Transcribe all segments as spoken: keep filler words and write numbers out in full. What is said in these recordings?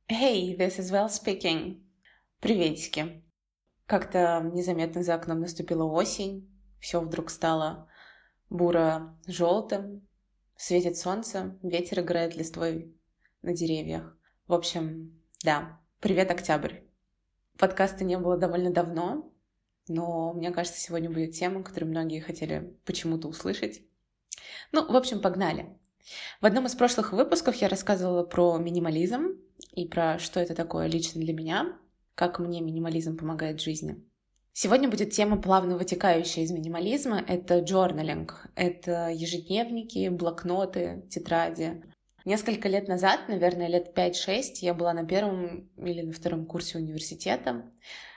Hey, this is Val speaking. Приветики. Как-то незаметно за окном наступила осень, все вдруг стало буро-желтым, светит солнце, ветер играет листвой на деревьях. В общем, да, привет, октябрь. Подкаста не было довольно давно, но мне кажется, сегодня будет тема, которую многие хотели почему-то услышать. Ну, в общем, погнали. В одном из прошлых выпусков я рассказывала про минимализм и про что это такое лично для меня, как мне минимализм помогает в жизни. Сегодня будет тема, плавно вытекающая из минимализма. Это джорналинг, это ежедневники, блокноты, тетради. Несколько лет назад, наверное, лет пять-шесть, я была на первом или на втором курсе университета.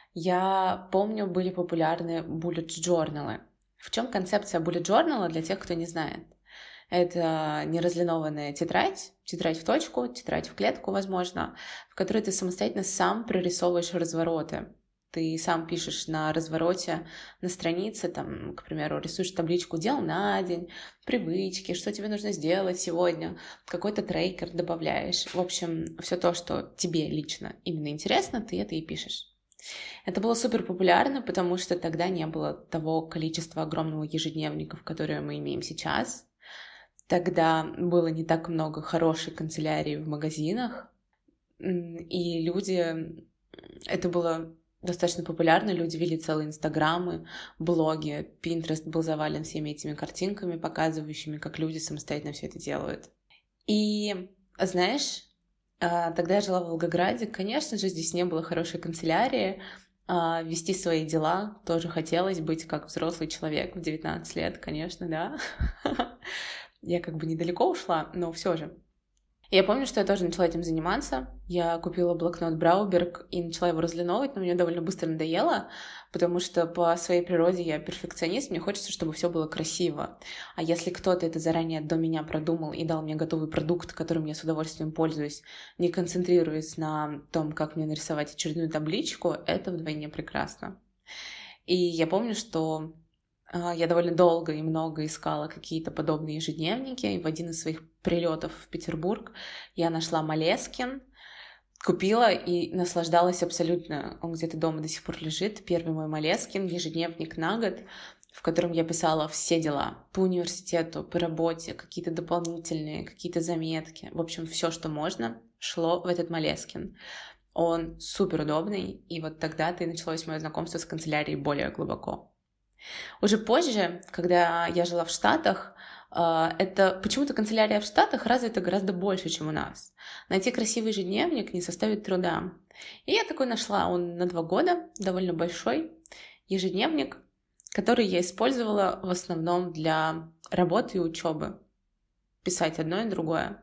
Я помню, были популярны bullet journal. В чем концепция bullet journal для тех, кто не знает? Это неразлинованная тетрадь, тетрадь в точку, тетрадь в клетку, возможно, в которой ты самостоятельно сам прорисовываешь развороты. Ты сам пишешь на развороте, на странице, там, к примеру, рисуешь табличку дел на день, привычки, что тебе нужно сделать сегодня, какой-то трекер добавляешь. В общем, все то, что тебе лично именно интересно, ты это и пишешь. Это было супер популярно, потому что тогда не было того количества огромного ежедневников, которые мы имеем сейчас. Тогда было не так много хорошей канцелярии в магазинах, и люди... Это было достаточно популярно, люди вели целые инстаграмы, блоги, Pinterest был завален всеми этими картинками, показывающими, как люди самостоятельно все это делают. И, знаешь, тогда я жила в Волгограде, конечно же, здесь не было хорошей канцелярии, вести свои дела тоже хотелось быть как взрослый человек в девятнадцать лет, конечно, да. Я как бы недалеко ушла, но все же. Я помню, что я тоже начала этим заниматься. Я купила блокнот Брауберг и начала его разлиновывать, но мне довольно быстро надоело, потому что по своей природе я перфекционист, мне хочется, чтобы все было красиво. А если кто-то это заранее до меня продумал и дал мне готовый продукт, которым я с удовольствием пользуюсь, не концентрируясь на том, как мне нарисовать очередную табличку, это вдвойне прекрасно. И я помню, что я довольно долго и много искала какие-то подобные ежедневники, и в один из своих прилетов в Петербург я нашла Moleskine, купила и наслаждалась абсолютно. Он где-то дома до сих пор лежит. Первый мой Moleskine, ежедневник на год, в котором я писала все дела по университету, по работе, какие-то дополнительные, какие-то заметки. В общем, все, что можно, шло в этот Moleskine. Он супер удобный, и вот тогда-то и началось мое знакомство с канцелярией более глубоко. Уже позже, когда я жила в Штатах, это почему-то канцелярия в Штатах развита гораздо больше, чем у нас. Найти красивый ежедневник не составит труда. И я такой нашла, он на два года, довольно большой ежедневник, который я использовала в основном для работы и учебы. Писать одно и другое.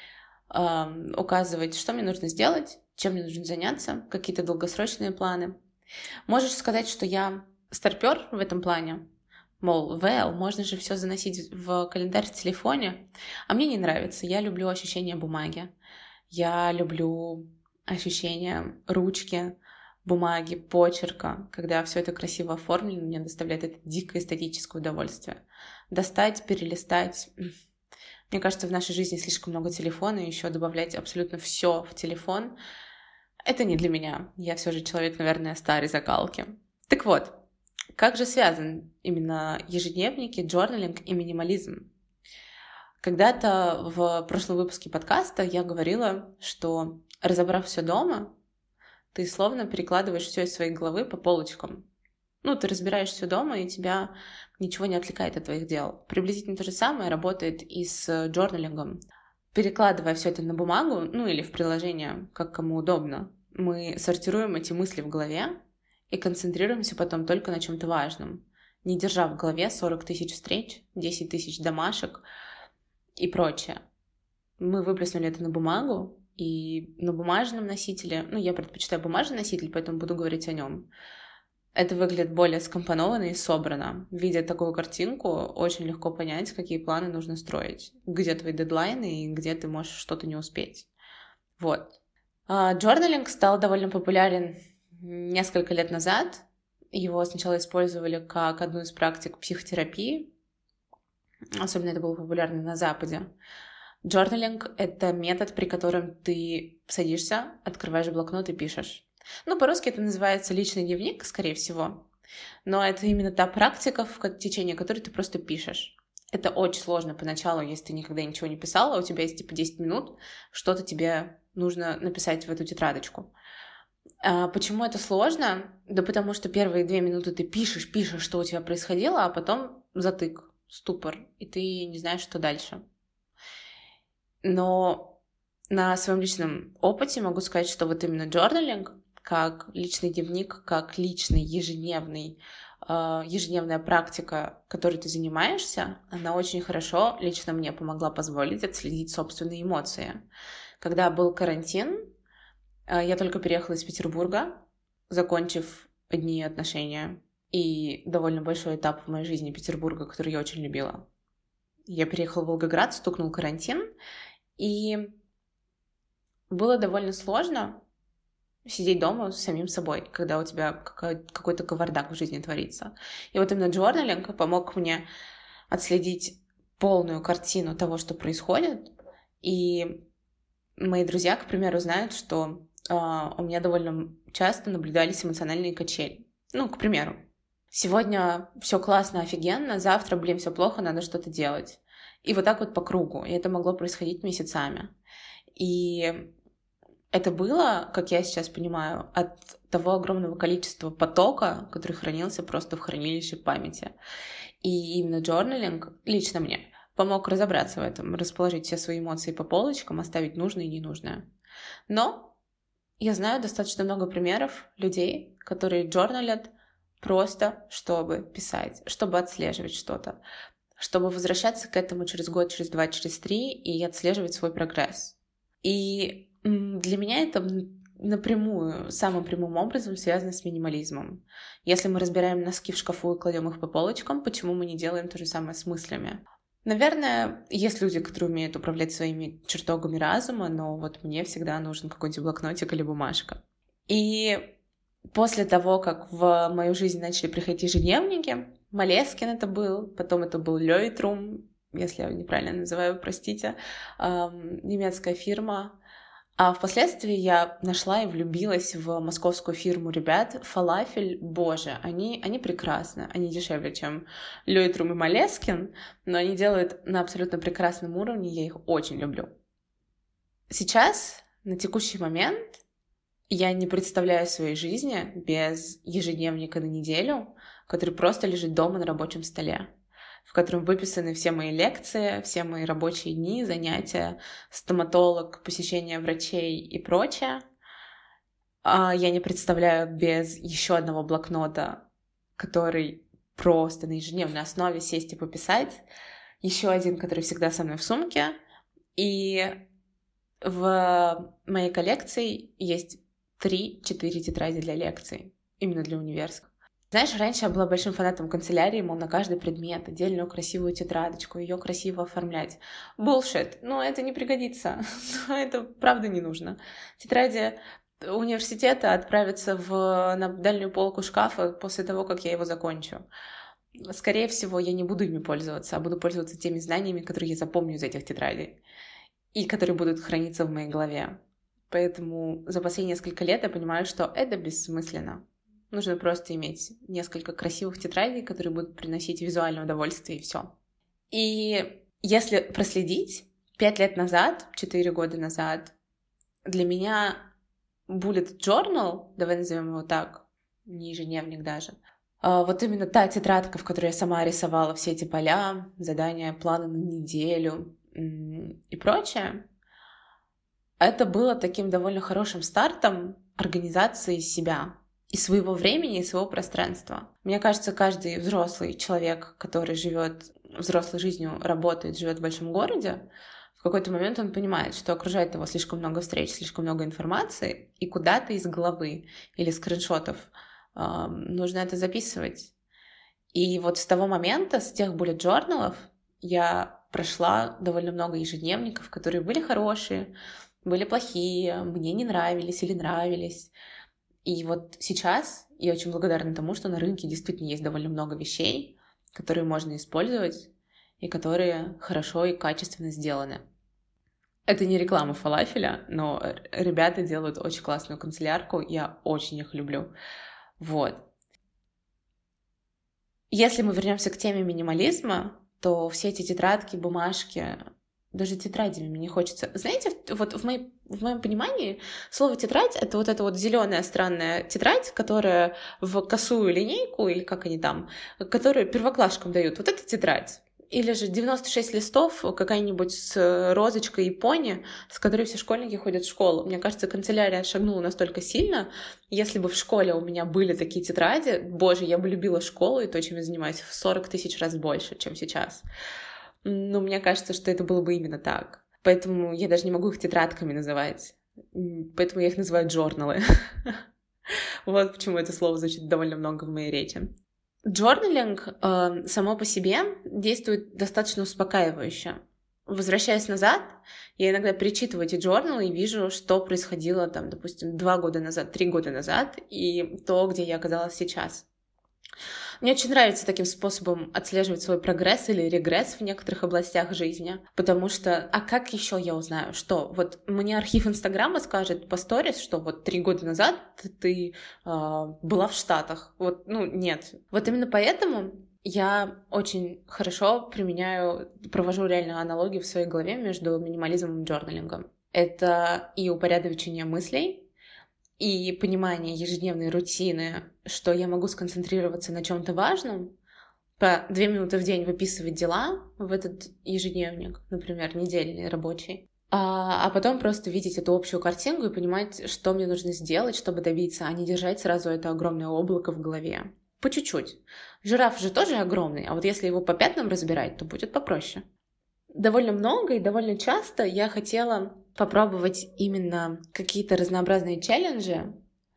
Указывать, что мне нужно сделать, чем мне нужно заняться, какие-то долгосрочные планы. Можешь сказать, что я старпер в этом плане, мол, well, можно же все заносить в календарь в телефоне, а мне не нравится. Я люблю ощущение бумаги, я люблю ощущение ручки, бумаги, почерка, когда все это красиво оформлено, мне доставляет это дикое эстетическое удовольствие. Достать, перелистать. Мне кажется, в нашей жизни слишком много телефона, и еще добавлять абсолютно все в телефон — это не для меня. Я все же человек, наверное, старой закалки. Так вот, как же связан именно ежедневники, джорналинг и минимализм? Когда-то в прошлом выпуске подкаста я говорила, что, разобрав все дома, ты словно перекладываешь все из своей головы по полочкам. Ну, ты разбираешь все дома, и тебя ничего не отвлекает от твоих дел. Приблизительно то же самое работает и с джорналингом. Перекладывая все это на бумагу, ну или в приложение, как кому удобно, мы сортируем эти мысли в голове и концентрируемся потом только на чем-то важном, не держа в голове сорок тысяч встреч, десять тысяч домашек и прочее. Мы выплеснули это на бумагу, и на бумажном носителе, ну, я предпочитаю бумажный носитель, поэтому буду говорить о нем. Это выглядит более скомпонованно и собрано. Видя такую картинку, очень легко понять, какие планы нужно строить, где твои дедлайны и где ты можешь что-то не успеть. Вот. Джорналинг стал довольно популярен несколько лет назад. Его сначала использовали как одну из практик психотерапии. Особенно это было популярно на Западе. Journaling — это метод, при котором ты садишься, открываешь блокнот и пишешь. Ну, по-русски это называется личный дневник, скорее всего. Но это именно та практика, в течение которой ты просто пишешь. Это очень сложно поначалу, если ты никогда ничего не писала, у тебя есть типа десять минут, что-то тебе нужно написать в эту тетрадочку. А почему это сложно? Да потому что первые две минуты ты пишешь, пишешь, что у тебя происходило, а потом затык, ступор, и ты не знаешь, что дальше. Но на своем личном опыте могу сказать, что вот именно journaling, как личный дневник, как личный ежедневный, э, ежедневная практика, которой ты занимаешься, она очень хорошо лично мне помогла позволить отследить собственные эмоции. Когда был карантин, э, я только переехала из Петербурга, закончив одни отношения, и довольно большой этап в моей жизни Петербурга, который я очень любила. Я переехала в Волгоград, стукнул карантин, и было довольно сложно сидеть дома с самим собой, когда у тебя какой-то кавардак в жизни творится. И вот именно journaling помог мне отследить полную картину того, что происходит. И мои друзья, к примеру, знают, что э, у меня довольно часто наблюдались эмоциональные качели. Ну, к примеру, сегодня все классно, офигенно, завтра, блин, все плохо, надо что-то делать. И вот так вот по кругу. И это могло происходить месяцами. И это было, как я сейчас понимаю, от того огромного количества потока, который хранился просто в хранилище памяти. И именно journaling лично мне помог разобраться в этом, расположить все свои эмоции по полочкам, оставить нужное и ненужное. Но я знаю достаточно много примеров людей, которые journalят просто, чтобы писать, чтобы отслеживать что-то, чтобы возвращаться к этому через год, через два, через три и отслеживать свой прогресс. И для меня это напрямую, самым прямым образом связано с минимализмом. Если мы разбираем носки в шкафу и кладем их по полочкам, почему мы не делаем то же самое с мыслями? Наверное, есть люди, которые умеют управлять своими чертогами разума, но вот мне всегда нужен какой-нибудь блокнотик или бумажка. И после того, как в мою жизнь начали приходить ежедневники, Малескин это был, потом это был Лёйтрум, если я неправильно называю, простите, немецкая фирма. А впоследствии я нашла и влюбилась в московскую фирму ребят Фалафель. Боже, они, они прекрасны. Они дешевле, чем Лёйтрум и Малескин, но они делают на абсолютно прекрасном уровне, я их очень люблю. Сейчас, на текущий момент, я не представляю своей жизни без ежедневника на неделю, который просто лежит дома на рабочем столе, в котором выписаны все мои лекции, все мои рабочие дни, занятия, стоматолог, посещение врачей и прочее. Я не представляю без еще одного блокнота, который просто на ежедневной основе сесть и пописать. Еще один, который всегда со мной в сумке. И в моей коллекции есть три-четыре тетради для лекций, именно для универских. Знаешь, раньше я была большим фанатом канцелярии, мол, на каждый предмет отдельную красивую тетрадочку, ее красиво оформлять. Bullshit, но это не пригодится, это правда не нужно. Тетради университета отправятся в, на дальнюю полку шкафа после того, как я его закончу. Скорее всего, я не буду ими пользоваться, а буду пользоваться теми знаниями, которые я запомню из этих тетрадей и которые будут храниться в моей голове. Поэтому за последние несколько лет я понимаю, что это бессмысленно. Нужно просто иметь несколько красивых тетрадей, которые будут приносить визуальное удовольствие, и все. И если проследить, пять лет назад, четыре года назад, для меня bullet journal, давай назовем его так, не ежедневник даже, вот именно та тетрадка, в которой я сама рисовала все эти поля, задания, планы на неделю и прочее, это было таким довольно хорошим стартом организации себя и своего времени, и своего пространства. Мне кажется, каждый взрослый человек, который живет взрослой жизнью, работает, живет в большом городе, в какой-то момент он понимает, что окружает его слишком много встреч, слишком много информации, и куда-то из головы или скриншотов э, нужно это записывать. И вот с того момента, с тех bullet journal'ов, я прошла довольно много ежедневников, которые были хорошие, были плохие, мне не нравились или нравились. И вот сейчас я очень благодарна тому, что на рынке действительно есть довольно много вещей, которые можно использовать и которые хорошо и качественно сделаны. Это не реклама фалафеля, но ребята делают очень классную канцелярку, я очень их люблю. Вот. Если мы вернемся к теме минимализма, то все эти тетрадки, бумажки, даже тетрадями мне не хочется. Знаете, вот в, моей, в моем понимании слово тетрадь — это вот эта вот зеленая странная тетрадь, которая в косую линейку, или как они там, которую первоклашкам дают. Вот это тетрадь. Или же девяносто шесть листов, какая-нибудь с розочкой и пони, с которой все школьники ходят в школу. Мне кажется, канцелярия шагнула настолько сильно. Если бы в школе у меня были такие тетради, боже, я бы любила школу и то, чем я занимаюсь, в сорок тысяч раз больше, чем сейчас. Но мне кажется, что это было бы именно так. Поэтому я даже не могу их тетрадками называть. Поэтому я их называю джорналы. Вот почему это слово звучит довольно много в моей речи. Джорналинг э, само по себе действует достаточно успокаивающе. Возвращаясь назад, я иногда перечитываю эти джорналы и вижу, что происходило, там, допустим, два года назад, три года назад, и то, где я оказалась сейчас. Мне очень нравится таким способом отслеживать свой прогресс или регресс в некоторых областях жизни, потому что, а как еще я узнаю, что вот мне архив Инстаграма скажет по сторис, что вот три года назад ты э, была в Штатах, вот, ну, нет. Вот именно поэтому я очень хорошо применяю, провожу реально аналогию в своей голове между минимализмом и джорналингом. Это и упорядочение мыслей, и понимание ежедневной рутины, что я могу сконцентрироваться на чем-то важном, по две минуты в день выписывать дела в этот ежедневник, например, недельный, рабочий, а, а потом просто видеть эту общую картинку и понимать, что мне нужно сделать, чтобы добиться, а не держать сразу это огромное облако в голове. По чуть-чуть. Жираф же тоже огромный, а вот если его по пятнам разбирать, то будет попроще. Довольно много и довольно часто я хотела попробовать именно какие-то разнообразные челленджи,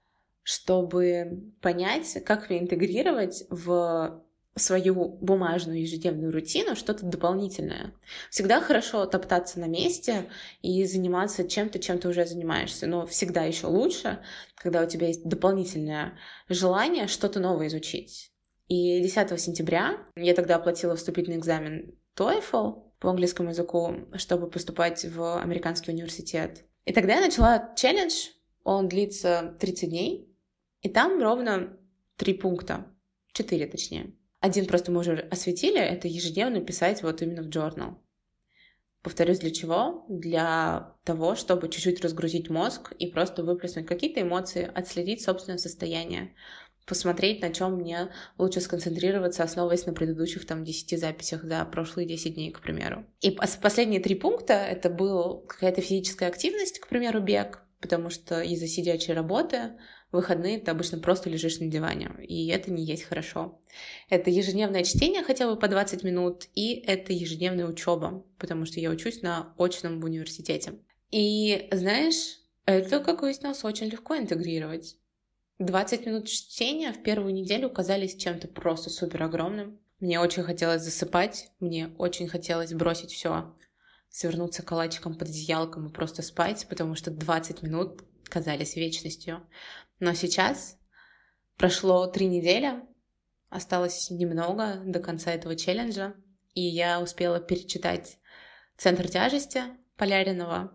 чтобы понять, как мне интегрировать в свою бумажную ежедневную рутину что-то дополнительное. Всегда хорошо топтаться на месте и заниматься чем-то, чем ты уже занимаешься, но всегда еще лучше, когда у тебя есть дополнительное желание что-то новое изучить. И десятого сентября я тогда оплатила вступительный экзамен TOEFL по английскому языку, чтобы поступать в американский университет. И тогда я начала челлендж, он длится тридцать дней, и там ровно три пункта, четыре точнее. Один просто мы уже осветили, это ежедневно писать вот именно в journal. Повторюсь, для чего? Для того, чтобы чуть-чуть разгрузить мозг и просто выплеснуть какие-то эмоции, отследить собственное состояние, посмотреть, на чем мне лучше сконцентрироваться, основываясь на предыдущих там десяти записях за прошлые десять дней, к примеру. И последние три пункта — это была какая-то физическая активность, к примеру, бег, потому что из-за сидячей работы в выходные ты обычно просто лежишь на диване, и это не есть хорошо. Это ежедневное чтение хотя бы по двадцать минут, и это ежедневная учеба, потому что я учусь на очном в университете. И знаешь, это, как выяснилось, очень легко интегрировать. двадцать минут чтения в первую неделю казались чем-то просто супер огромным. Мне очень хотелось засыпать, мне очень хотелось бросить все, свернуться калачиком под одеялком и просто спать, потому что двадцать минут казались вечностью. Но сейчас прошло три недели, осталось немного до конца этого челленджа, и я успела перечитать «Центр тяжести» Поляринова,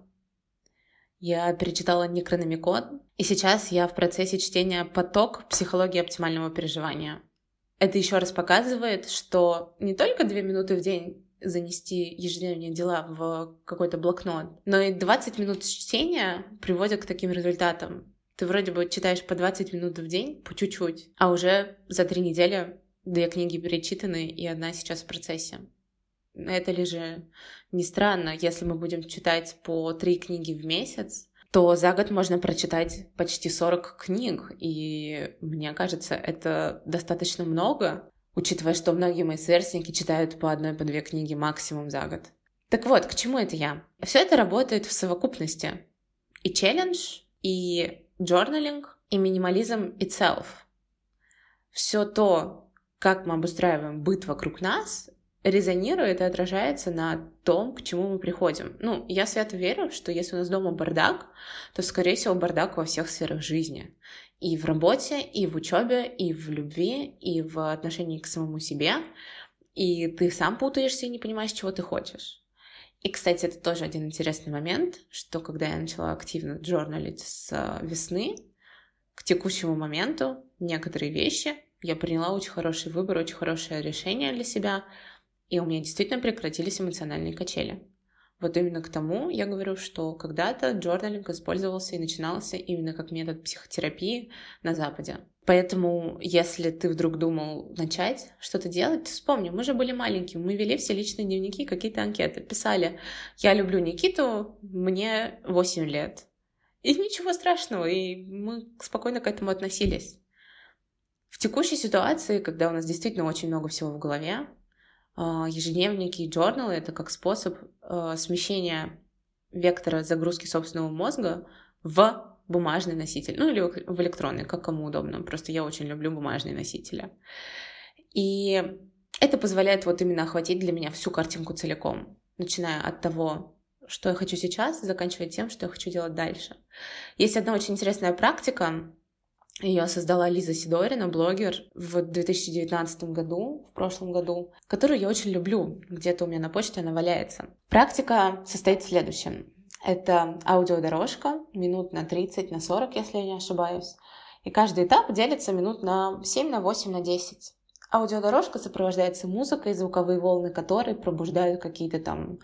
я перечитала «Некрономикон», и сейчас я в процессе чтения «Поток. Психология оптимального переживания». Это еще раз показывает, что не только две минуты в день занести ежедневные дела в какой-то блокнот, но и двадцать минут чтения приводят к таким результатам. Ты вроде бы читаешь по двадцать минут в день, по чуть-чуть, а уже за три недели две книги перечитаны, и одна сейчас в процессе. Это ли же не странно, если мы будем читать по три книги в месяц, то за год можно прочитать почти сорок книг, и мне кажется, это достаточно много, учитывая, что многие мои сверстники читают по одной, по две книги максимум за год. Так вот, к чему это я? Все это работает в совокупности. И челлендж, и джорналинг, и минимализм itself. Все то, как мы обустраиваем быт вокруг нас, резонирует и отражается на том, к чему мы приходим. Ну, я свято верю, что если у нас дома бардак, то, скорее всего, бардак во всех сферах жизни. И в работе, и в учебе, и в любви, и в отношении к самому себе. И ты сам путаешься и не понимаешь, чего ты хочешь. И, кстати, это тоже один интересный момент, что когда я начала активно джорналить с весны, к текущему моменту некоторые вещи я приняла очень хороший выбор, очень хорошее решение для себя, и у меня действительно прекратились эмоциональные качели. Вот именно к тому я говорю, что когда-то джорналинг использовался и начинался именно как метод психотерапии на Западе. Поэтому, если ты вдруг думал начать что-то делать, то вспомни, мы же были маленькими, мы вели все личные дневники, какие-то анкеты, писали: «Я люблю Никиту, мне восемь лет». И ничего страшного, и мы спокойно к этому относились. В текущей ситуации, когда у нас действительно очень много всего в голове, ежедневники и джорналы — это как способ смещения вектора загрузки собственного мозга в бумажный носитель, ну или в электронный, как кому удобно. Просто я очень люблю бумажные носители. И это позволяет вот именно охватить для меня всю картинку целиком, начиная от того, что я хочу сейчас, и заканчивая тем, что я хочу делать дальше. Есть одна очень интересная практика. Ее создала Лиза Сидорина, блогер, в две тысячи девятнадцатом году, в прошлом году, которую я очень люблю. Где-то у меня на почте она валяется. Практика состоит в следующем. Это аудиодорожка, минут на тридцать, на сорок, если я не ошибаюсь. И каждый этап делится минут на семь, на восемь, на десять. Аудиодорожка сопровождается музыкой, звуковые волны которой пробуждают какие-то там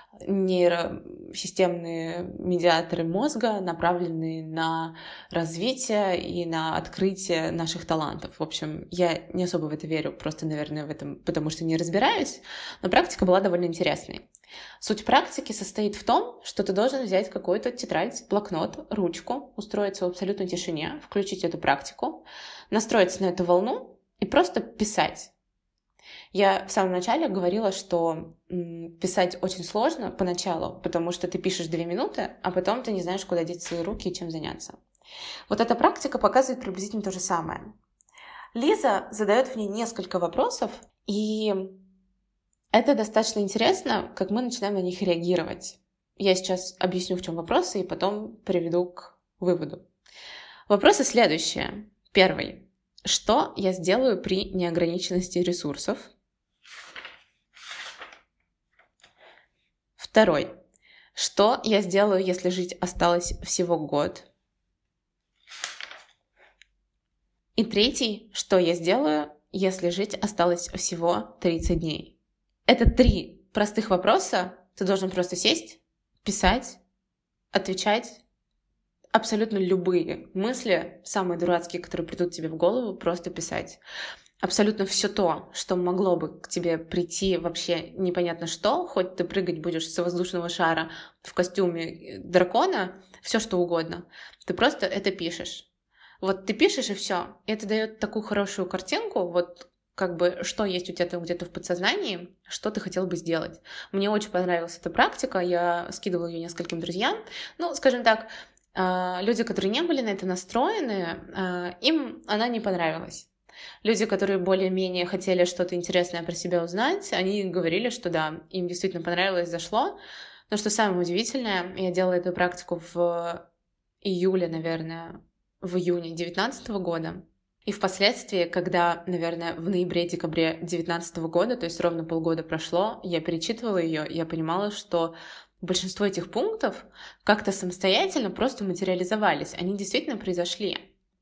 нейросистемные медиаторы мозга, направленные на развитие и на открытие наших талантов. В общем, я не особо в это верю, просто, наверное, в этом, потому что не разбираюсь, но практика была довольно интересной. Суть практики состоит в том, что ты должен взять какую-то тетрадь, блокнот, ручку, устроиться в абсолютной тишине, включить эту практику, настроиться на эту волну и просто писать. Я в самом начале говорила, что м, писать очень сложно поначалу, потому что ты пишешь две минуты, а потом ты не знаешь, куда деть свои руки и чем заняться. Вот эта практика показывает приблизительно то же самое. Лиза задает в ней несколько вопросов, и это достаточно интересно, как мы начинаем на них реагировать. Я сейчас объясню, в чем вопросы, и потом приведу к выводу. Вопросы следующие. Первый. Что я сделаю при неограниченности ресурсов? Второй. Что я сделаю, если жить осталось всего год? И третий. Что я сделаю, если жить осталось всего тридцать дней? Это три простых вопроса. Ты должен просто сесть, писать, отвечать. Абсолютно любые мысли, самые дурацкие, которые придут тебе в голову, просто писать. Абсолютно все то, что могло бы к тебе прийти вообще непонятно что, хоть ты прыгать будешь с воздушного шара в костюме дракона, все что угодно, ты просто это пишешь. Вот ты пишешь, и все. И это дает такую хорошую картинку, вот как бы что есть у тебя там где-то в подсознании, что ты хотел бы сделать. Мне очень понравилась эта практика, я скидывала ее нескольким друзьям. Ну, скажем так, люди, которые не были на это настроены, им она не понравилась. Люди, которые более-менее хотели что-то интересное про себя узнать, они говорили, что да, им действительно понравилось, зашло. Но что самое удивительное, я делала эту практику в июле, наверное, в июне девятнадцатого года. И впоследствии, когда, наверное, в ноябре-декабре девятнадцатого года, то есть ровно полгода прошло, я перечитывала ее, и я понимала, что большинство этих пунктов как-то самостоятельно просто материализовались. Они действительно произошли.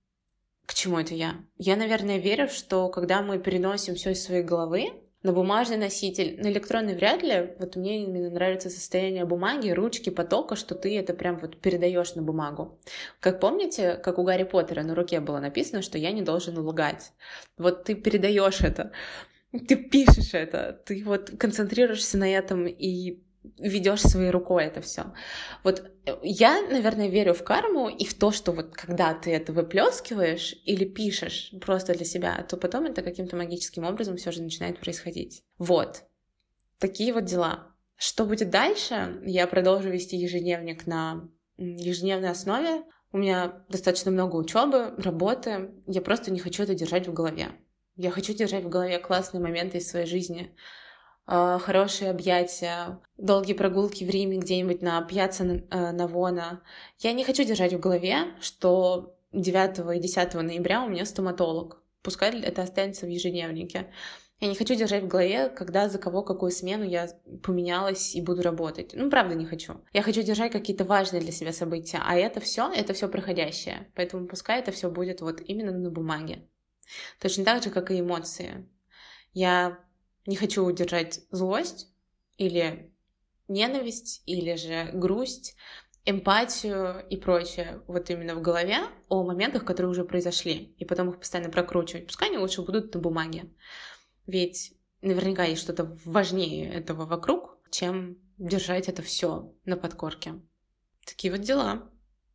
К чему это я? Я, наверное, верю, что когда мы переносим все из своей головы на бумажный носитель, на электронный вряд ли, вот мне именно нравится состояние бумаги, ручки, потока, что ты это прям вот передаешь на бумагу. Как помните, как у Гарри Поттера на руке было написано, что я не должен лгать. Вот ты передаешь это, ты пишешь это, ты вот концентрируешься на этом и ведешь своей рукой это все. Вот я, наверное, верю в карму и в то, что вот когда ты это выплескиваешь или пишешь просто для себя, то потом это каким-то магическим образом все же начинает происходить. Вот. Такие вот дела. Что будет дальше? Я продолжу вести ежедневник на ежедневной основе. У меня достаточно много учебы, работы. Я просто не хочу это держать в голове. Я хочу держать в голове классные моменты из своей жизни, хорошие объятия, долгие прогулки в Риме где-нибудь на Пьяцца Навона. Я не хочу держать в голове, что девятого и десятого ноября у меня стоматолог. Пускай это останется в ежедневнике. Я не хочу держать в голове, когда за кого какую смену я поменялась и буду работать. Ну, правда, не хочу. Я хочу держать какие-то важные для себя события, а это все, это все проходящее. Поэтому пускай это все будет вот именно на бумаге. Точно так же, как и эмоции. Я не хочу держать злость или ненависть, или же грусть, эмпатию и прочее вот именно в голове о моментах, которые уже произошли, и потом их постоянно прокручивать. Пускай они лучше будут на бумаге. Ведь наверняка есть что-то важнее этого вокруг, чем держать это все на подкорке. Такие вот дела.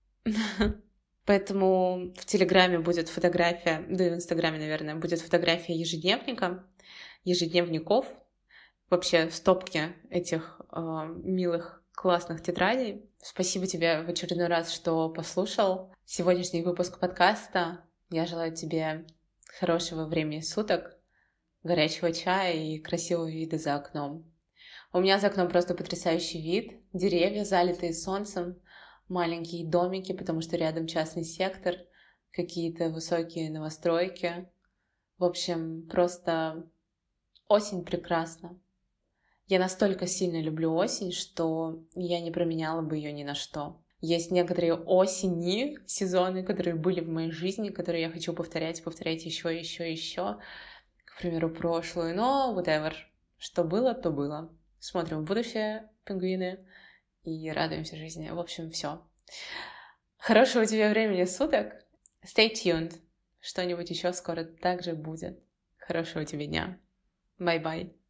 Поэтому в Телеграме будет фотография, да и в Инстаграме, наверное, будет фотография ежедневника, ежедневников, вообще стопки этих э, милых, классных тетрадей. Спасибо тебе в очередной раз, что послушал сегодняшний выпуск подкаста. Я желаю тебе хорошего времени суток, горячего чая и красивого вида за окном. У меня за окном просто потрясающий вид. Деревья, залитые солнцем, маленькие домики, потому что рядом частный сектор, какие-то высокие новостройки. В общем, просто осень прекрасна. Я настолько сильно люблю осень, что я не променяла бы ее ни на что. Есть некоторые осени, сезоны, которые были в моей жизни, которые я хочу повторять, повторять еще, еще, еще. К примеру, прошлую, но whatever. Что было, то было. Смотрим в будущее, пингвины, и радуемся жизни. В общем, все. Хорошего тебе времени суток. Stay tuned. Что-нибудь еще скоро также будет. Хорошего тебе дня. Bye-bye.